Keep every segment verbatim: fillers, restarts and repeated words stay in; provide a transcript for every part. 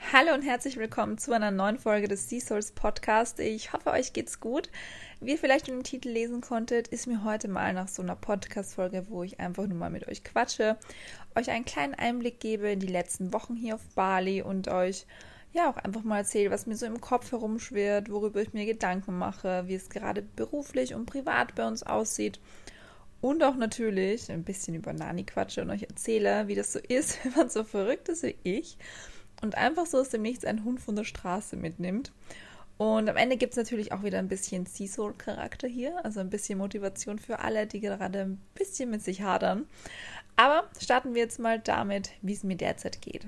Hallo und herzlich willkommen zu einer neuen Folge des Sea Souls Podcast. Ich hoffe, euch geht's gut. Wie ihr vielleicht in dem Titel lesen konntet, ist mir heute mal nach so einer Podcast-Folge, wo ich einfach nur mal mit euch quatsche, euch einen kleinen Einblick gebe in die letzten Wochen hier auf Bali und euch ja auch einfach mal erzähle, was mir so im Kopf herumschwirrt, worüber ich mir Gedanken mache, wie es gerade beruflich und privat bei uns aussieht. Und auch natürlich ein bisschen über Nani quatsche und euch erzähle, wie das so ist, wenn man so verrückt ist wie ich und einfach so aus dem Nichts einen Hund von der Straße mitnimmt. Und am Ende gibt es natürlich auch wieder ein bisschen Sea Soul Charakter hier, also ein bisschen Motivation für alle, die gerade ein bisschen mit sich hadern. Aber starten wir jetzt mal damit, wie es mir derzeit geht.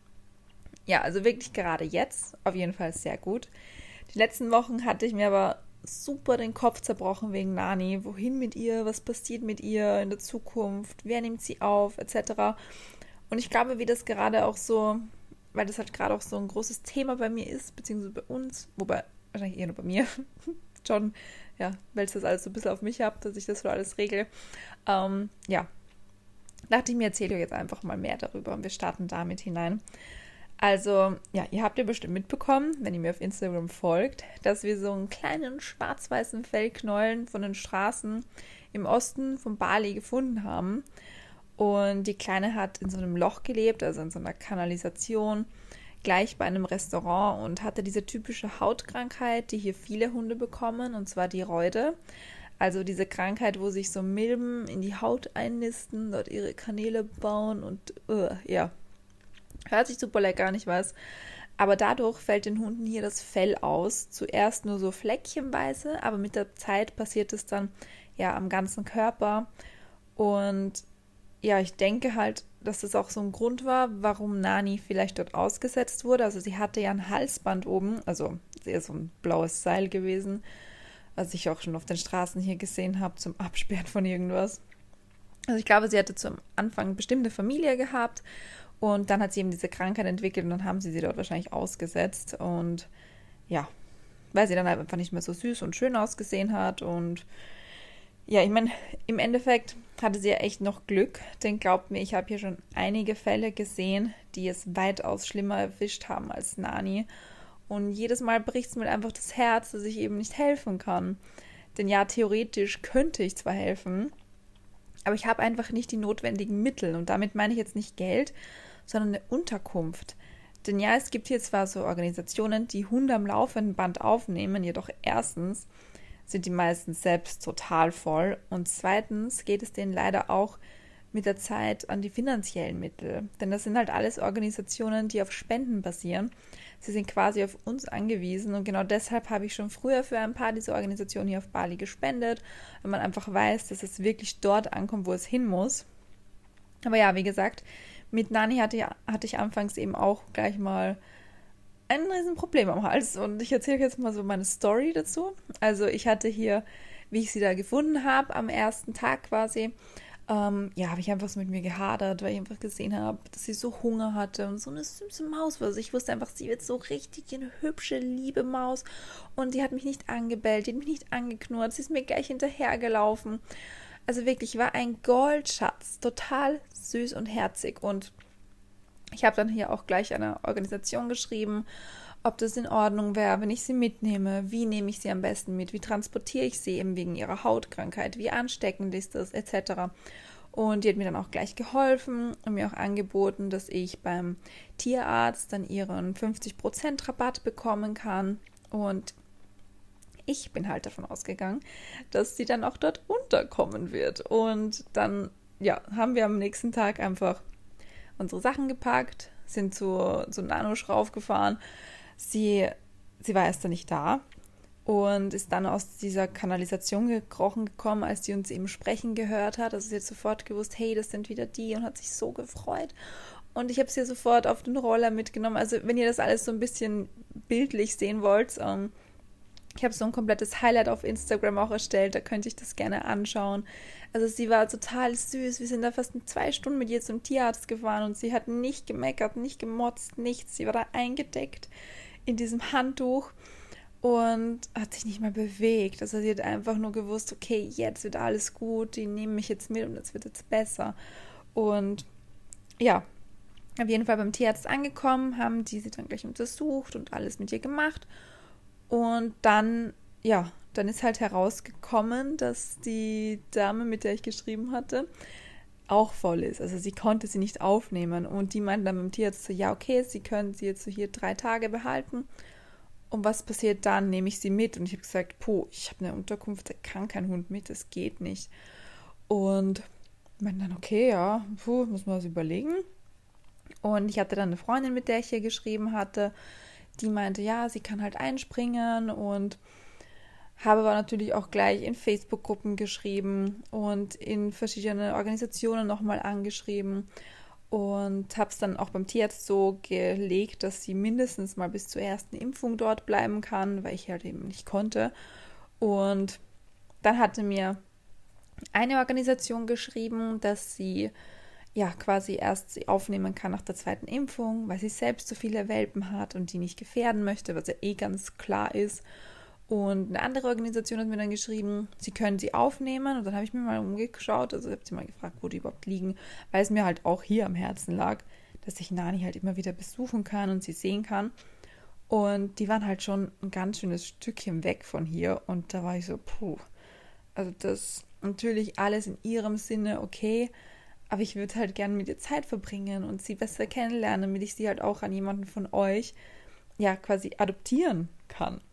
Ja, also wirklich gerade jetzt auf jeden Fall sehr gut. Die letzten Wochen hatte ich mir aber super den Kopf zerbrochen wegen Nani. Wohin mit ihr? Was passiert mit ihr in der Zukunft? Wer nimmt sie auf? Etc. Und ich glaube, wie das gerade auch so, weil das halt gerade auch so ein großes Thema bei mir ist, beziehungsweise bei uns, wobei wahrscheinlich eher nur bei mir, schon, ja, weil ich das alles so ein bisschen auf mich habe, dass ich das so alles regle. Ähm, ja, dachte ich mir, erzähle euch jetzt einfach mal mehr darüber und wir starten damit hinein. Also, ja, ihr habt ja bestimmt mitbekommen, wenn ihr mir auf Instagram folgt, dass wir so einen kleinen schwarz-weißen Fellknäuel von den Straßen im Osten von Bali gefunden haben. Und die Kleine hat in so einem Loch gelebt, also in so einer Kanalisation, gleich bei einem Restaurant und hatte diese typische Hautkrankheit, die hier viele Hunde bekommen, und zwar die Rheute. Also diese Krankheit, wo sich so Milben in die Haut einnisten, dort ihre Kanäle bauen und uh, ja, hört sich super lecker an, ich weiß. Aber dadurch fällt den Hunden hier das Fell aus. Zuerst nur so fleckchenweise, aber mit der Zeit passiert es dann ja am ganzen Körper. Und ja, ich denke halt, dass das auch so ein Grund war, warum Nani vielleicht dort ausgesetzt wurde. Also sie hatte ja ein Halsband oben, also eher so ein blaues Seil gewesen, was ich auch schon auf den Straßen hier gesehen habe zum Absperren von irgendwas. Also ich glaube, sie hatte zum Anfang eine bestimmte Familie gehabt. Und dann hat sie eben diese Krankheit entwickelt und dann haben sie sie dort wahrscheinlich ausgesetzt. Und ja, weil sie dann halt einfach nicht mehr so süß und schön ausgesehen hat. Und ja, ich meine, im Endeffekt hatte sie ja echt noch Glück. Denn glaubt mir, ich habe hier schon einige Fälle gesehen, die es weitaus schlimmer erwischt haben als Nani. Und jedes Mal bricht es mir einfach das Herz, dass ich eben nicht helfen kann. Denn ja, theoretisch könnte ich zwar helfen, aber ich habe einfach nicht die notwendigen Mittel. Und damit meine ich jetzt nicht Geld, sondern eine Unterkunft. Denn ja, es gibt hier zwar so Organisationen, die Hunde am laufenden Band aufnehmen, jedoch erstens sind die meistens selbst total voll und zweitens geht es denen leider auch mit der Zeit an die finanziellen Mittel. Denn das sind halt alles Organisationen, die auf Spenden basieren. Sie sind quasi auf uns angewiesen und genau deshalb habe ich schon früher für ein paar dieser Organisationen hier auf Bali gespendet, wenn man einfach weiß, dass es wirklich dort ankommt, wo es hin muss. Aber ja, wie gesagt, mit Nani hatte ich, hatte ich anfangs eben auch gleich mal ein Riesenproblem am Hals. Und ich erzähle jetzt mal so meine Story dazu. Also ich hatte hier, wie ich sie da gefunden habe, am ersten Tag quasi, ähm, ja, habe ich einfach so mit mir gehadert, weil ich einfach gesehen habe, dass sie so Hunger hatte und so eine süße Maus war. Also ich wusste einfach, sie wird so richtig eine hübsche, liebe Maus. Und die hat mich nicht angebellt, die hat mich nicht angeknurrt, sie ist mir gleich hinterhergelaufen. Also wirklich, war ein Goldschatz, total süß und herzig. Und ich habe dann hier auch gleich einer Organisation geschrieben, ob das in Ordnung wäre, wenn ich sie mitnehme, wie nehme ich sie am besten mit, wie transportiere ich sie eben wegen ihrer Hautkrankheit, wie ansteckend ist das, et cetera. Und die hat mir dann auch gleich geholfen und mir auch angeboten, dass ich beim Tierarzt dann ihren fünfzig Prozent Rabatt bekommen kann. Und ich bin halt davon ausgegangen, dass sie dann auch dort unterkommen wird. Und dann, ja, haben wir am nächsten Tag einfach unsere Sachen gepackt, sind zu, zu Nanush raufgefahren. Sie, sie war erst dann nicht da und ist dann aus dieser Kanalisation gekrochen gekommen, als die uns eben sprechen gehört hat. Also sie hat sofort gewusst, hey, das sind wieder die und hat sich so gefreut. Und ich habe sie sofort auf den Roller mitgenommen. Also wenn ihr das alles so ein bisschen bildlich sehen wollt, ähm, ich habe so ein komplettes Highlight auf Instagram auch erstellt, da könnt ihr euch das gerne anschauen. Also sie war total süß, wir sind da fast zwei Stunden mit ihr zum Tierarzt gefahren und sie hat nicht gemeckert, nicht gemotzt, nichts. Sie war da eingedeckt in diesem Handtuch und hat sich nicht mehr bewegt. Also sie hat einfach nur gewusst, okay, jetzt wird alles gut, die nehmen mich jetzt mit und es wird jetzt besser. Und ja, Auf jeden Fall beim Tierarzt angekommen, haben die sie dann gleich untersucht und alles mit ihr gemacht. Und dann, ja, dann ist halt herausgekommen, dass die Dame, mit der ich geschrieben hatte, auch voll ist. Also sie konnte sie nicht aufnehmen. Und die meinten dann beim Tierarzt so, ja, okay, sie können sie jetzt so hier drei Tage behalten. Und was passiert dann? Nehme ich sie mit? Und ich habe gesagt, puh, ich habe eine Unterkunft, da kann kein Hund mit, das geht nicht. Und meinten dann, okay, ja, puh, muss man was überlegen. Und ich hatte dann eine Freundin, mit der ich hier geschrieben hatte, die meinte, ja, sie kann halt einspringen, und habe aber natürlich auch gleich in Facebook-Gruppen geschrieben und in verschiedene Organisationen nochmal angeschrieben und habe es dann auch beim Tierarzt so gelegt, dass sie mindestens mal bis zur ersten Impfung dort bleiben kann, weil ich halt eben nicht konnte. Und dann hatte mir eine Organisation geschrieben, dass sie ja quasi erst sie aufnehmen kann nach der zweiten Impfung, weil sie selbst so viele Welpen hat und die nicht gefährden möchte, was ja eh ganz klar ist. Und eine andere Organisation hat mir dann geschrieben, sie können sie aufnehmen. Und dann habe ich mir mal umgeschaut, also ich habe sie mal gefragt, wo die überhaupt liegen, weil es mir halt auch hier am Herzen lag, dass ich Nani halt immer wieder besuchen kann und sie sehen kann. Und die waren halt schon ein ganz schönes Stückchen weg von hier. Und da war ich so, puh, also das natürlich alles in ihrem Sinne okay, aber ich würde halt gerne mit ihr Zeit verbringen und sie besser kennenlernen, damit ich sie halt auch an jemanden von euch ja quasi adoptieren kann.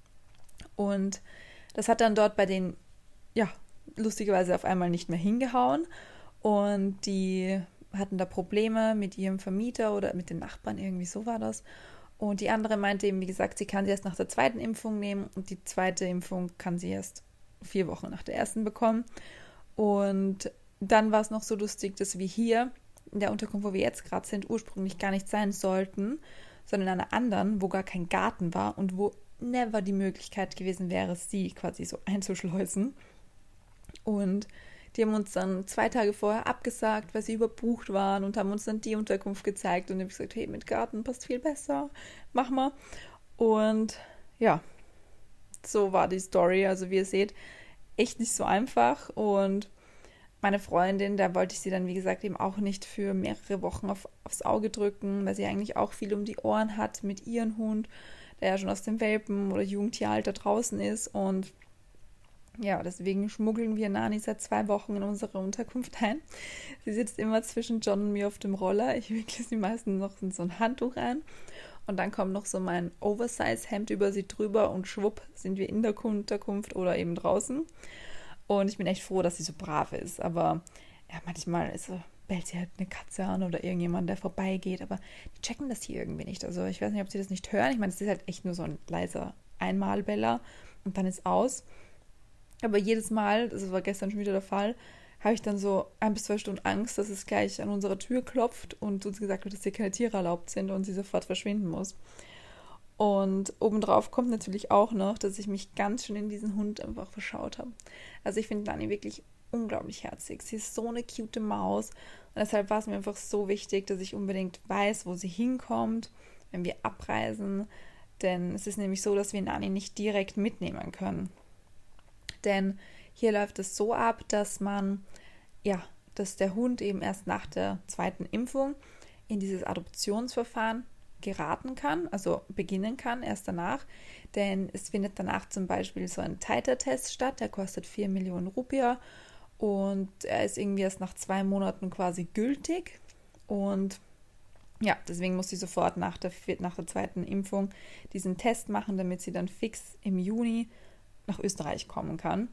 Und das hat dann dort bei denen, ja, lustigerweise auf einmal nicht mehr hingehauen. Und die hatten da Probleme mit ihrem Vermieter oder mit den Nachbarn, irgendwie so war das. Und die andere meinte eben, wie gesagt, sie kann sie erst nach der zweiten Impfung nehmen und die zweite Impfung kann sie erst vier Wochen nach der ersten bekommen. Und dann war es noch so lustig, dass wir hier in der Unterkunft, wo wir jetzt gerade sind, ursprünglich gar nicht sein sollten, sondern in einer anderen, wo gar kein Garten war und wo never die Möglichkeit gewesen wäre, sie quasi so einzuschleusen. Und die haben uns dann zwei Tage vorher abgesagt, weil sie überbucht waren, und haben uns dann die Unterkunft gezeigt. Und ich habe gesagt, hey, mit Garten passt viel besser, mach mal. Und ja, so war die Story. Also wie ihr seht, echt nicht so einfach. Und meine Freundin, da wollte ich sie dann, wie gesagt, eben auch nicht für mehrere Wochen auf, aufs Auge drücken, weil sie eigentlich auch viel um die Ohren hat mit ihrem Hund, der ja schon aus dem Welpen- oder Jugendtieralter draußen ist. Und ja, deswegen schmuggeln wir Nani seit zwei Wochen in unsere Unterkunft ein. Sie sitzt immer zwischen John und mir auf dem Roller. Ich wickle sie meistens noch in so ein Handtuch ein. Und dann kommt noch so mein Oversize-Hemd über sie drüber und schwupp sind wir in der Unterkunft oder eben draußen. Und ich bin echt froh, dass sie so brav ist. Aber ja, manchmal ist so, bellt sie halt eine Katze an oder irgendjemand, der vorbeigeht. Aber die checken das hier irgendwie nicht. Also ich weiß nicht, ob sie das nicht hören. Ich meine, es ist halt echt nur so ein leiser Einmalbeller und dann ist aus. Aber jedes Mal, das war gestern schon wieder der Fall, habe ich dann so ein bis zwei Stunden Angst, dass es gleich an unserer Tür klopft und uns gesagt wird, dass hier keine Tiere erlaubt sind und sie sofort verschwinden muss. Und obendrauf kommt natürlich auch noch, dass ich mich ganz schön in diesen Hund einfach verschaut habe. Also ich finde Nani wirklich unglaublich herzig. Sie ist so eine cute Maus. Und deshalb war es mir einfach so wichtig, dass ich unbedingt weiß, wo sie hinkommt, wenn wir abreisen. Denn es ist nämlich so, dass wir Nani nicht direkt mitnehmen können. Denn hier läuft es so ab, dass man, ja, dass der Hund eben erst nach der zweiten Impfung in dieses Adoptionsverfahren geraten kann, also beginnen kann, erst danach. Denn es findet danach zum Beispiel so ein Titer-Test statt, der kostet vier Millionen Rupiah und er ist irgendwie erst nach zwei Monaten quasi gültig. Und ja, deswegen muss sie sofort nach der, nach der zweiten Impfung diesen Test machen, damit sie dann fix im Juni nach Österreich kommen kann.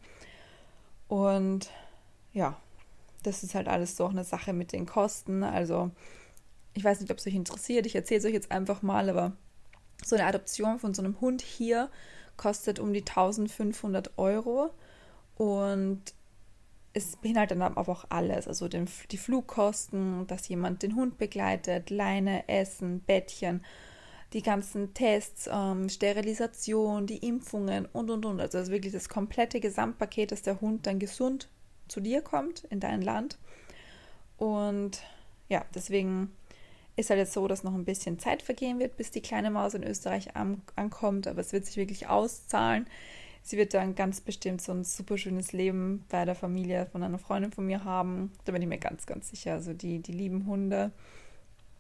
Und ja, das ist halt alles so auch eine Sache mit den Kosten. Also ich weiß nicht, ob es euch interessiert. Ich erzähle es euch jetzt einfach mal, aber so eine Adoption von so einem Hund hier kostet um die eintausendfünfhundert Euro und es beinhaltet dann aber auch alles, also den, die Flugkosten, dass jemand den Hund begleitet, Leine, Essen, Bettchen, die ganzen Tests, ähm, Sterilisation, die Impfungen und, und, und. Also das ist wirklich das komplette Gesamtpaket, dass der Hund dann gesund zu dir kommt, in dein Land. Und ja, deswegen ist halt jetzt so, dass noch ein bisschen Zeit vergehen wird, bis die kleine Maus in Österreich an, ankommt. Aber es wird sich wirklich auszahlen. Sie wird dann ganz bestimmt so ein super schönes Leben bei der Familie von einer Freundin von mir haben. Da bin ich mir ganz, ganz sicher. Also die, die lieben Hunde.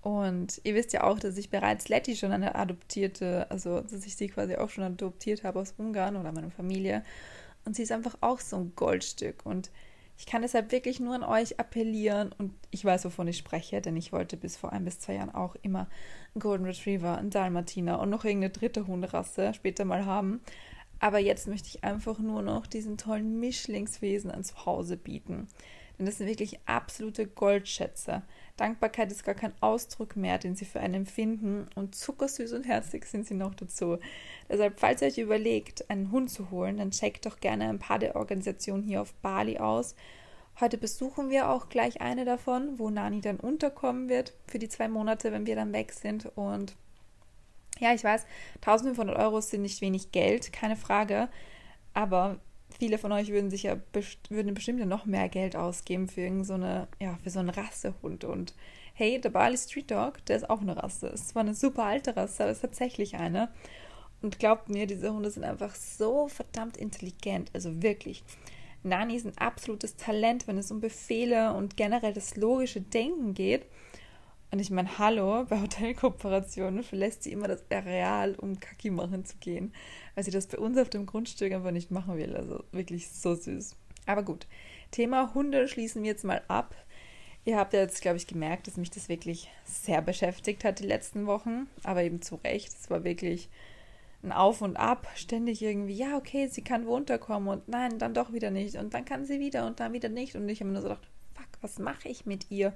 Und ihr wisst ja auch, dass ich bereits Letty schon eine adoptierte, also dass ich sie quasi auch schon adoptiert habe aus Ungarn oder meiner Familie. Und sie ist einfach auch so ein Goldstück. Und ich kann deshalb wirklich nur an euch appellieren. Und ich weiß, wovon ich spreche, denn ich wollte bis vor ein bis zwei Jahren auch immer einen Golden Retriever, einen Dalmatiner und noch irgendeine dritte Hunderasse später mal haben. Aber jetzt möchte ich einfach nur noch diesen tollen Mischlingswesen an zu Hause bieten. Denn das sind wirklich absolute Goldschätze. Dankbarkeit ist gar kein Ausdruck mehr, den sie für einen empfinden. Und zuckersüß und herzig sind sie noch dazu. Deshalb, falls ihr euch überlegt, einen Hund zu holen, dann checkt doch gerne ein paar der Organisationen hier auf Bali aus. Heute besuchen wir auch gleich eine davon, wo Nani dann unterkommen wird für die zwei Monate, wenn wir dann weg sind. Und ja, ich weiß, eintausendfünfhundert Euro sind nicht wenig Geld, keine Frage. Aber viele von euch würden sich ja best- würden bestimmt ja noch mehr Geld ausgeben für irgend so eine, ja, für so einen Rassehund. Und hey, der Bali Street Dog, der ist auch eine Rasse. Ist zwar eine super alte Rasse, aber ist tatsächlich eine. Und glaubt mir, diese Hunde sind einfach so verdammt intelligent. Also wirklich. Nani ist ein absolutes Talent, wenn es um Befehle und generell das logische Denken geht. Und ich meine, hallo, bei Hotelkooperationen verlässt sie immer das Areal, um Kaki machen zu gehen, weil sie das bei uns auf dem Grundstück einfach nicht machen will. Also wirklich so süß. Aber gut, Thema Hunde schließen wir jetzt mal ab. Ihr habt ja jetzt, glaube ich, gemerkt, dass mich das wirklich sehr beschäftigt hat die letzten Wochen, aber eben zu Recht. Es war wirklich ein Auf und Ab, ständig irgendwie, ja, okay, sie kann wo unterkommen und nein, dann doch wieder nicht und dann kann sie wieder und dann wieder nicht. Und ich habe mir nur so gedacht, fuck, was mache ich mit ihr?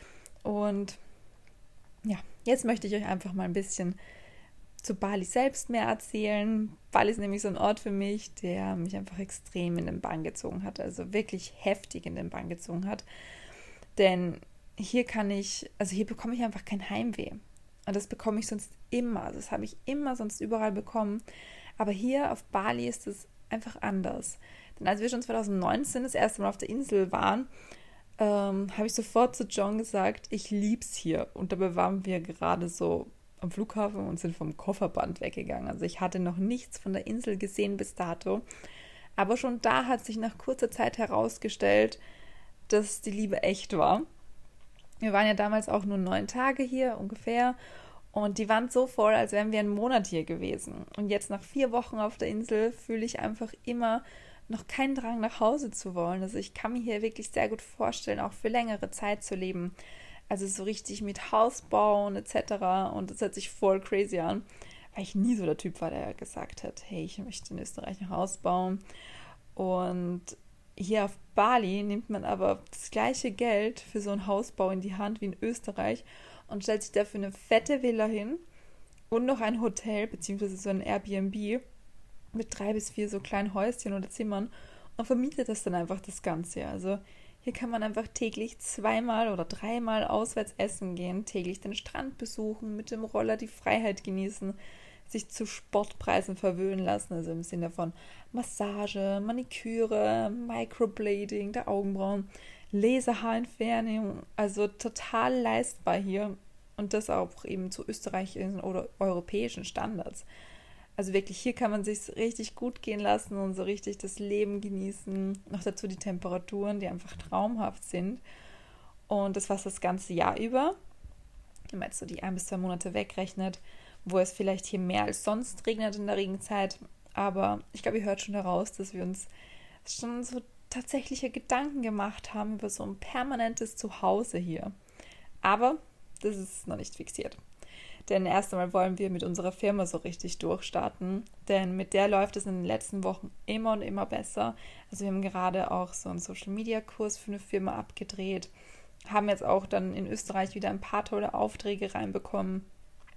Und ja, jetzt möchte ich euch einfach mal ein bisschen zu Bali selbst mehr erzählen. Bali ist nämlich so ein Ort für mich, der mich einfach extrem in den Bann gezogen hat, also wirklich heftig in den Bann gezogen hat. Denn hier kann ich, also hier bekomme ich einfach kein Heimweh. Und das bekomme ich sonst immer, also das habe ich immer sonst überall bekommen. Aber hier auf Bali ist es einfach anders. Denn als wir schon zwanzig neunzehn das erste Mal auf der Insel waren, ähm, habe ich sofort zu John gesagt, ich lieb's hier. Und dabei waren wir gerade so am Flughafen und sind vom Kofferband weggegangen. Also ich hatte noch nichts von der Insel gesehen bis dato. Aber schon da hat sich nach kurzer Zeit herausgestellt, dass die Liebe echt war. Wir waren ja damals auch nur neun Tage hier ungefähr. Und die waren so voll, als wären wir einen Monat hier gewesen. Und jetzt nach vier Wochen auf der Insel fühle ich einfach immer noch keinen Drang nach Hause zu wollen. Also ich kann mir hier wirklich sehr gut vorstellen, auch für längere Zeit zu leben. Also so richtig mit Haus bauen et cetera. Und das hört sich voll crazy an, weil ich nie so der Typ war, der gesagt hat, hey, ich möchte in Österreich ein Haus bauen. Und hier auf Bali nimmt man aber das gleiche Geld für so einen Hausbau in die Hand wie in Österreich und stellt sich dafür eine fette Villa hin und noch ein Hotel, beziehungsweise so ein Airbnb mit drei bis vier so kleinen Häuschen oder Zimmern und vermietet das dann einfach das Ganze. Also hier kann man einfach täglich zweimal oder dreimal auswärts essen gehen, täglich den Strand besuchen, mit dem Roller die Freiheit genießen, sich zu Sportpreisen verwöhnen lassen, also im Sinne von Massage, Maniküre, Microblading der Augenbrauen, Laserhaarentfernung, also total leistbar hier und das auch eben zu österreichischen oder europäischen Standards. Also wirklich, hier kann man sich richtig gut gehen lassen und so richtig das Leben genießen. Noch dazu die Temperaturen, die einfach traumhaft sind. Und das fast das ganze Jahr über. Wenn man jetzt so die ein bis zwei Monate wegrechnet, wo es vielleicht hier mehr als sonst regnet in der Regenzeit. Aber ich glaube, ihr hört schon heraus, dass wir uns schon so tatsächliche Gedanken gemacht haben über so ein permanentes Zuhause hier. Aber das ist noch nicht fixiert. Denn erst einmal wollen wir mit unserer Firma so richtig durchstarten, denn mit der läuft es in den letzten Wochen immer und immer besser. Also wir haben gerade auch so einen Social-Media-Kurs für eine Firma abgedreht, haben jetzt auch dann in Österreich wieder ein paar tolle Aufträge reinbekommen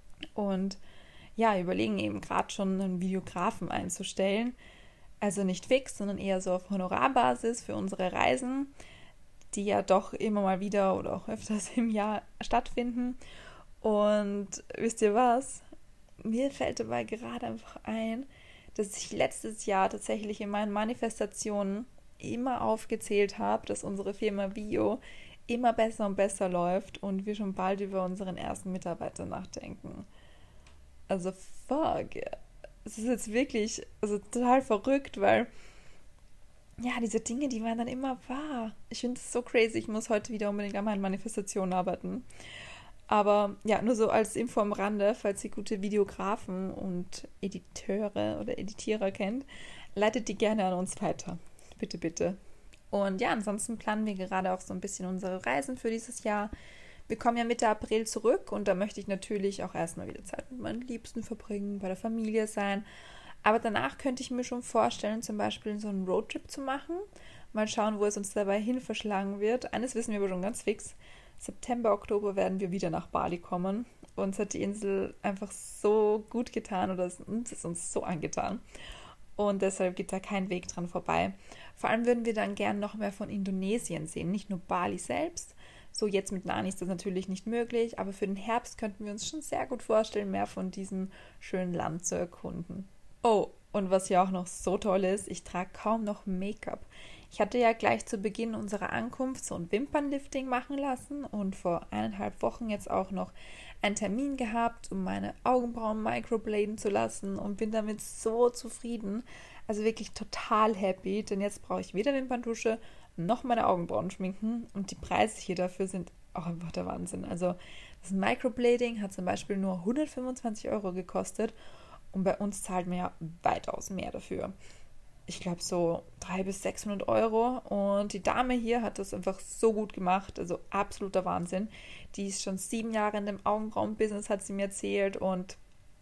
und ja, überlegen eben gerade schon einen Videografen einzustellen. Also nicht fix, sondern eher so auf Honorarbasis für unsere Reisen, die ja doch immer mal wieder oder auch öfters im Jahr stattfinden. Und wisst ihr was? Mir fällt dabei gerade einfach ein, dass ich letztes Jahr tatsächlich in meinen Manifestationen immer aufgezählt habe, dass unsere Firma Bio immer besser und besser läuft und wir schon bald über unseren ersten Mitarbeiter nachdenken. Also fuck. Es ist jetzt wirklich also total verrückt, weil ja, diese Dinge, die waren dann immer wahr. Ich finde es so crazy. Ich muss heute wieder unbedingt an meinen Manifestationen arbeiten. Aber ja, nur so als Info am Rande, falls ihr gute Videografen und Editeure oder Editierer kennt, leitet die gerne an uns weiter. Bitte, bitte. Und ja, ansonsten planen wir gerade auch so ein bisschen unsere Reisen für dieses Jahr. Wir kommen ja Mitte April zurück und da möchte ich natürlich auch erstmal wieder Zeit mit meinen Liebsten verbringen, bei der Familie sein. Aber danach könnte ich mir schon vorstellen, zum Beispiel so einen Roadtrip zu machen. Mal schauen, wo es uns dabei hin verschlagen wird. Eines wissen wir aber schon ganz fix. September, Oktober werden wir wieder nach Bali kommen. Uns hat die Insel einfach so gut getan oder es ist uns so angetan. Und deshalb geht da kein Weg dran vorbei. Vor allem würden wir dann gern noch mehr von Indonesien sehen, nicht nur Bali selbst. So jetzt mit Nani ist das natürlich nicht möglich, aber für den Herbst könnten wir uns schon sehr gut vorstellen, mehr von diesem schönen Land zu erkunden. Oh, und was ja auch noch so toll ist, ich trage kaum noch Make-up. Ich hatte ja gleich zu Beginn unserer Ankunft so ein Wimpernlifting machen lassen und vor eineinhalb Wochen jetzt auch noch einen Termin gehabt, um meine Augenbrauen microbladen zu lassen und bin damit so zufrieden. Also wirklich total happy, denn jetzt brauche ich weder Wimperndusche noch meine Augenbrauen schminken und die Preise hier dafür sind auch einfach der Wahnsinn. Also das Microblading hat zum Beispiel nur hundertfünfundzwanzig Euro gekostet und bei uns zahlt man ja weitaus mehr dafür. Ich glaube so dreihundert bis sechshundert Euro und die Dame hier hat das einfach so gut gemacht, also absoluter Wahnsinn. Die ist schon sieben Jahre in dem Augenbrauen-Business, hat sie mir erzählt und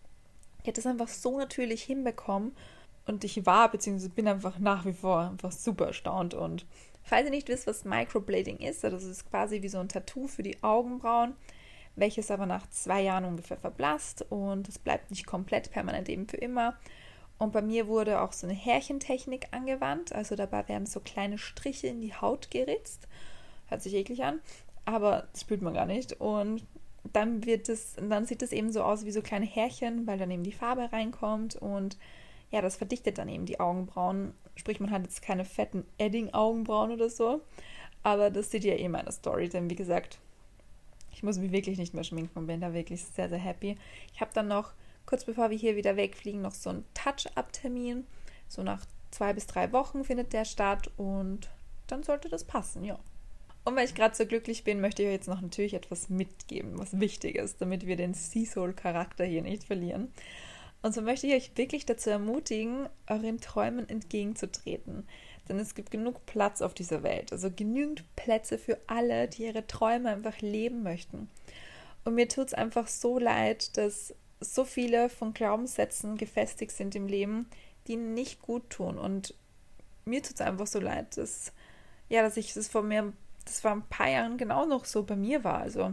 die hat das einfach so natürlich hinbekommen und ich war, beziehungsweise bin einfach nach wie vor einfach super erstaunt. Und falls ihr nicht wisst, was Microblading ist, also das ist quasi wie so ein Tattoo für die Augenbrauen, welches aber nach zwei Jahren ungefähr verblasst und es bleibt nicht komplett permanent eben für immer. Und bei mir wurde auch so eine Härchentechnik angewandt. Also dabei werden so kleine Striche in die Haut geritzt. Hört sich eklig an, aber das spürt man gar nicht. Und dann wird es, dann sieht es eben so aus wie so kleine Härchen, weil dann eben die Farbe reinkommt. Und ja, das verdichtet dann eben die Augenbrauen. Sprich, man hat jetzt keine fetten Edding-Augenbrauen oder so. Aber das seht ihr eh in meiner Story. Denn wie gesagt, ich muss mich wirklich nicht mehr schminken und bin da wirklich sehr, sehr happy. Ich habe dann noch kurz bevor wir hier wieder wegfliegen, noch so ein Touch-up-Termin. So nach zwei bis drei Wochen findet der statt und dann sollte das passen, ja. Und weil ich gerade so glücklich bin, möchte ich euch jetzt noch natürlich etwas mitgeben, was wichtig ist, damit wir den Sea-Soul-Charakter hier nicht verlieren. Und so möchte ich euch wirklich dazu ermutigen, euren Träumen entgegenzutreten. Denn es gibt genug Platz auf dieser Welt, also genügend Plätze für alle, die ihre Träume einfach leben möchten. Und mir tut es einfach so leid, dass so viele von Glaubenssätzen gefestigt sind im Leben, die ihnen nicht gut tun. Und mir tut es einfach so leid, dass, ja, dass ich das vor mir, das vor ein paar Jahren genau noch so bei mir war. Also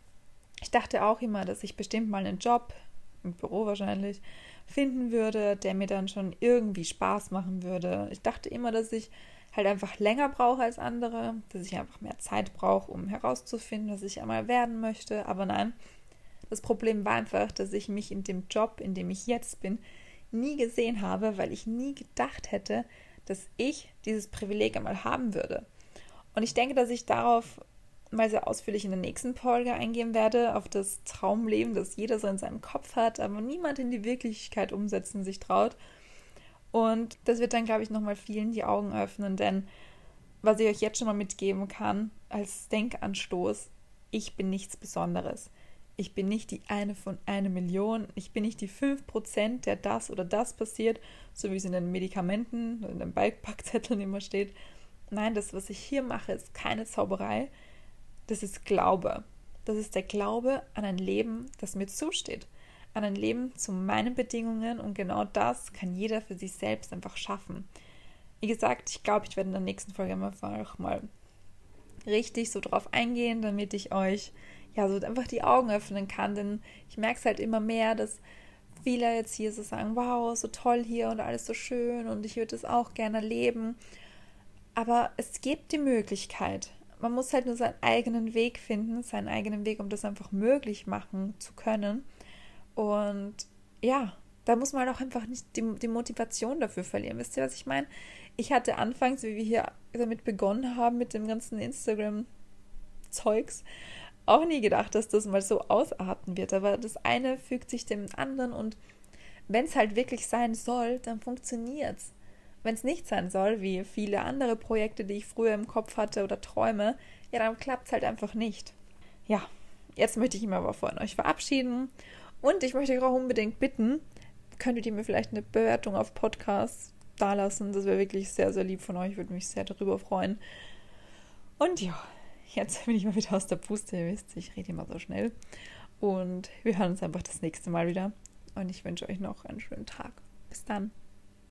ich dachte auch immer, dass ich bestimmt mal einen Job, im Büro wahrscheinlich, finden würde, der mir dann schon irgendwie Spaß machen würde. Ich dachte immer, dass ich halt einfach länger brauche als andere, dass ich einfach mehr Zeit brauche, um herauszufinden, was ich einmal werden möchte. Aber nein, das Problem war einfach, dass ich mich in dem Job, in dem ich jetzt bin, nie gesehen habe, weil ich nie gedacht hätte, dass ich dieses Privileg einmal haben würde. Und ich denke, dass ich darauf mal sehr ausführlich in der nächsten Folge eingehen werde, auf das Traumleben, das jeder so in seinem Kopf hat, aber niemand in die Wirklichkeit umsetzen sich traut. Und das wird dann, glaube ich, nochmal vielen die Augen öffnen, denn was ich euch jetzt schon mal mitgeben kann, als Denkanstoß, ich bin nichts Besonderes. Ich bin nicht die eine von einer Million. Ich bin nicht die fünf Prozent, der das oder das passiert, so wie es in den Medikamenten, in den Beipackzetteln immer steht. Nein, das, was ich hier mache, ist keine Zauberei. Das ist Glaube. Das ist der Glaube an ein Leben, das mir zusteht. An ein Leben zu meinen Bedingungen und genau das kann jeder für sich selbst einfach schaffen. Wie gesagt, ich glaube, ich werde in der nächsten Folge einfach mal richtig so drauf eingehen, damit ich euch ja, so einfach die Augen öffnen kann, denn ich merke es halt immer mehr, dass viele jetzt hier so sagen, wow, so toll hier und alles so schön und ich würde es auch gerne erleben, aber es gibt die Möglichkeit, man muss halt nur seinen eigenen Weg finden, seinen eigenen Weg, um das einfach möglich machen zu können und ja, da muss man auch einfach nicht die, die Motivation dafür verlieren, wisst ihr, was ich meine? Ich hatte anfangs, wie wir hier damit begonnen haben, mit dem ganzen Instagram-Zeugs, auch nie gedacht, dass das mal so ausarten wird, aber das eine fügt sich dem anderen und wenn es halt wirklich sein soll, dann funktioniert es. Wenn es nicht sein soll, wie viele andere Projekte, die ich früher im Kopf hatte oder Träume, ja, dann klappt es halt einfach nicht. Ja, jetzt möchte ich mich aber von euch verabschieden. Und ich möchte euch auch unbedingt bitten, könntet ihr mir vielleicht eine Bewertung auf Podcast dalassen. Das wäre wirklich sehr, sehr lieb von euch. Ich würde mich sehr darüber freuen. Und ja, jetzt bin ich mal wieder aus der Puste. Ihr wisst, ich rede immer so schnell. Und wir hören uns einfach das nächste Mal wieder. Und ich wünsche euch noch einen schönen Tag. Bis dann.